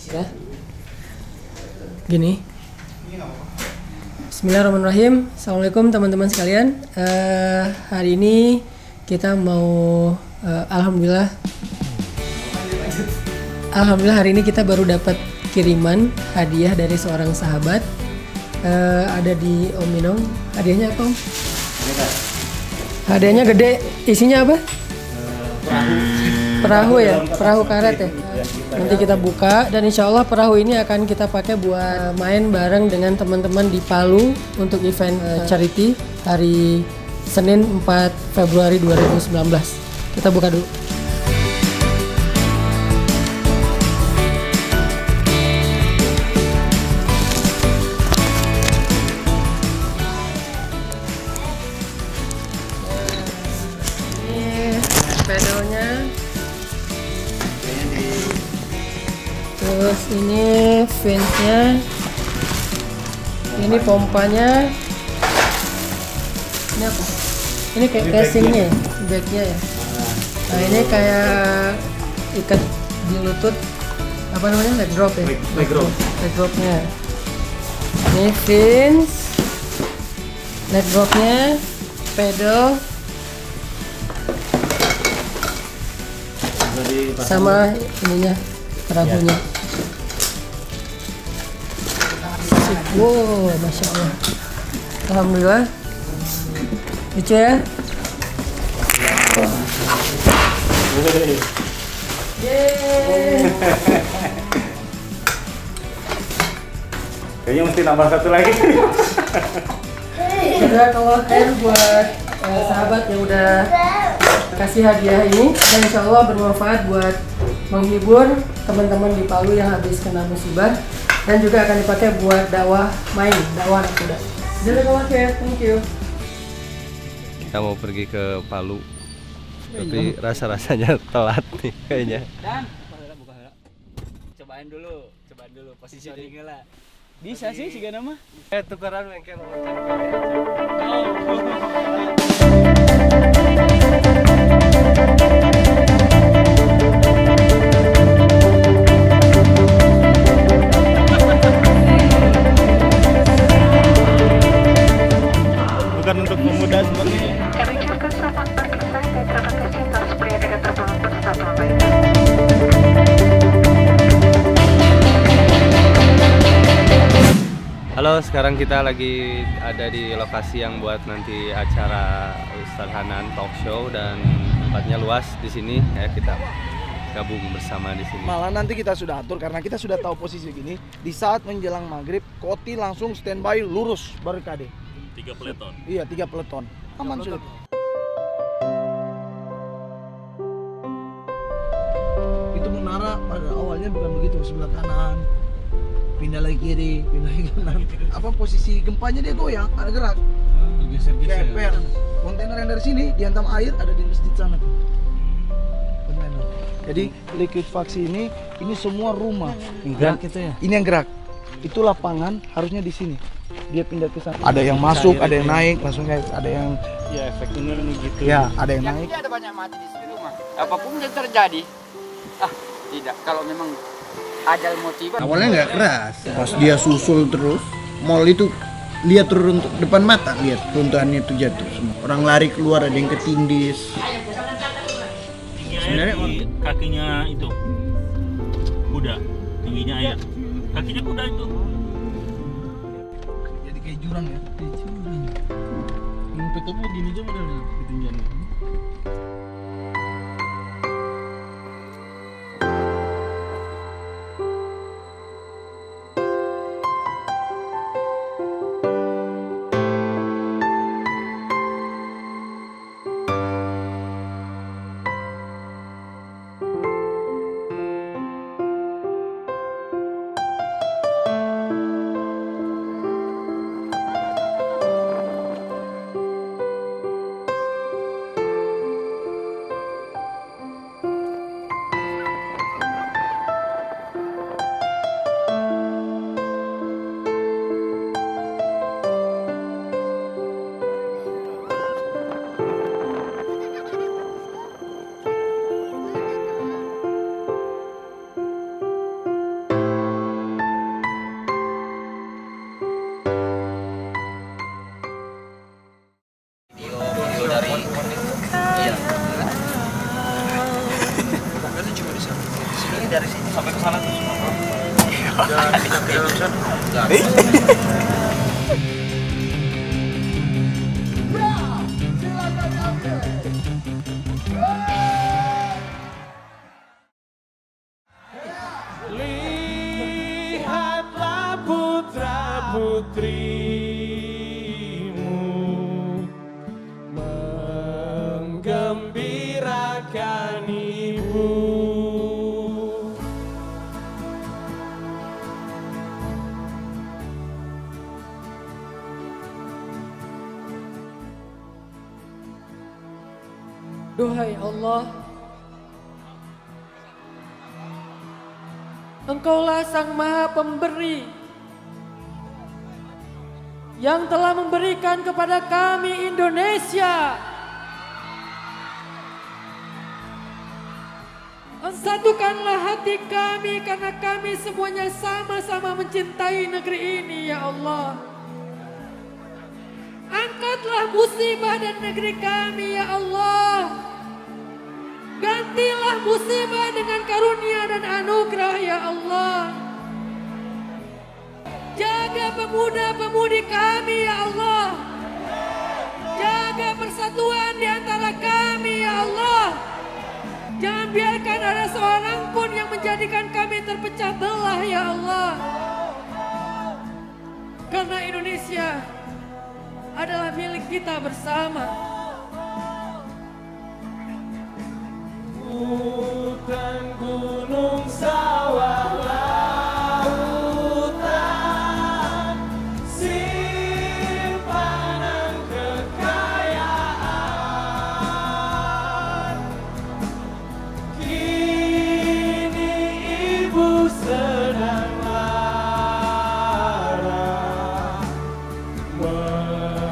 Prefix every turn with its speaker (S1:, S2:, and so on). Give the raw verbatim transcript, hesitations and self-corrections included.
S1: Ya. Gini. Bismillahirrahmanirrahim. Assalamualaikum teman-teman sekalian. Uh, hari ini kita mau uh, alhamdulillah alhamdulillah hari ini kita baru dapat kiriman hadiah dari seorang sahabat. Uh, ada di Om Minong. Hadiahnya apa, Om? Hadiahnya gede. Isinya apa? Perahu. Perahu ya, perahu karet ya. Nanti kita buka dan insya Allah perahu ini akan kita pakai buat main bareng dengan teman-teman di Palu untuk event uh, charity hari Senin empat Februari dua ribu sembilan belas. Kita buka dulu. Ini pedalnya. Terus ini fins-nya, ini pompanya, ini apa? Ini kayak casingnya, backnya ya. Nah ini kayak ikat di lutut, apa namanya, leg drop ya?
S2: Leg drop.
S1: Leg dropnya. Ini fins, leg dropnya, pedal, sama ininya perahunya. Wow, masya Allah. Alhamdulillah. Lucu ya. Yeay.
S2: Kayaknya mesti nambah satu lagi.
S1: Udah kalau air buat eh, sahabat yang udah kasih hadiah ini, dan insya Allah bermanfaat buat menghibur teman-teman di Palu yang habis kena musibah, dan juga akan dipakai buat dakwah main, dakwah anak muda. Jazakallah khair, thank you.
S3: Kita mau pergi ke Palu, tapi rasa-rasanya telat nih kayaknya.
S4: Dan cobain dulu, cobain dulu posisi lah. Bisa sih sih nama.
S3: Eh tukeran bengkel.
S2: Bukan untuk pemuda seperti ini.
S3: Halo, sekarang kita lagi ada di lokasi yang buat nanti acara Ustadz Hanan Talk Show, dan tempatnya luas di sini ya, kita gabung bersama di sini.
S5: Malah nanti kita sudah atur karena kita sudah tahu posisi gini. Di saat menjelang maghrib, Koti langsung standby lurus barikade.
S2: Tiga peleton.
S5: Iya, tiga peleton. Aman sudah. Itu menara pada awalnya bukan begitu, sebelah kanan. Pindah lagi kiri, pindah lagi kanan. Apa posisi gempanya dia goyang, ada gerak.
S2: Geser-geser.
S5: Kayak kontainer yang dari sini dihantam air ada di masjid sana tuh. Kontainer. Jadi likuifaksi ini ini semua rumah. Yang gerak itu ya. Ini yang gerak. Itu lapangan harusnya di sini. Dia pindah ke sana. Ada yang masuk, ada yang naik, langsung kayak ada yang
S2: Ya efeknya gitu.
S5: ya, ada yang naik.
S4: Ada banyak mati di sini rumah. Apapun yang terjadi, ah tidak. Kalau memang ajal motif.
S6: Awalnya nggak keras, pas dia susul terus, mall itu lihat turun depan mata, lihat runtuhannya itu jatuh semua. Orang lari keluar, ada yang ketindis.
S2: Sebenarnya kakinya itu kuda, tingginya air. Kakinya kuda itu.
S5: Jadi kayak jurang ya. Kayak jurang.
S2: Ngumpet apa gini aja benar ketinggiannya.
S7: sana tuh semua. Jangan kita ke dalam sana.
S8: Lihatlah putra putrimu menggembirakan ibu.
S1: Duhai Allah, Engkaulah Sang Maha Pemberi yang telah memberikan kepada kami Indonesia. Satukanlah hati kami karena kami semuanya sama-sama mencintai negeri ini, ya Allah. Angkatlah musibah dan negeri kami, ya Allah. Gantilah musibah dengan karunia dan anugerah, ya Allah. Jaga pemuda-pemudi kami, ya Allah. Jaga persatuan di antara kami, ya Allah. Jangan biarkan ada seorang pun yang menjadikan kami terpecah belah, ya Allah. Karena Indonesia adalah milik kita bersama.
S8: Hutan, gunung, sawah, lautan, simpanan kekayaan. Kini ibu sedang lara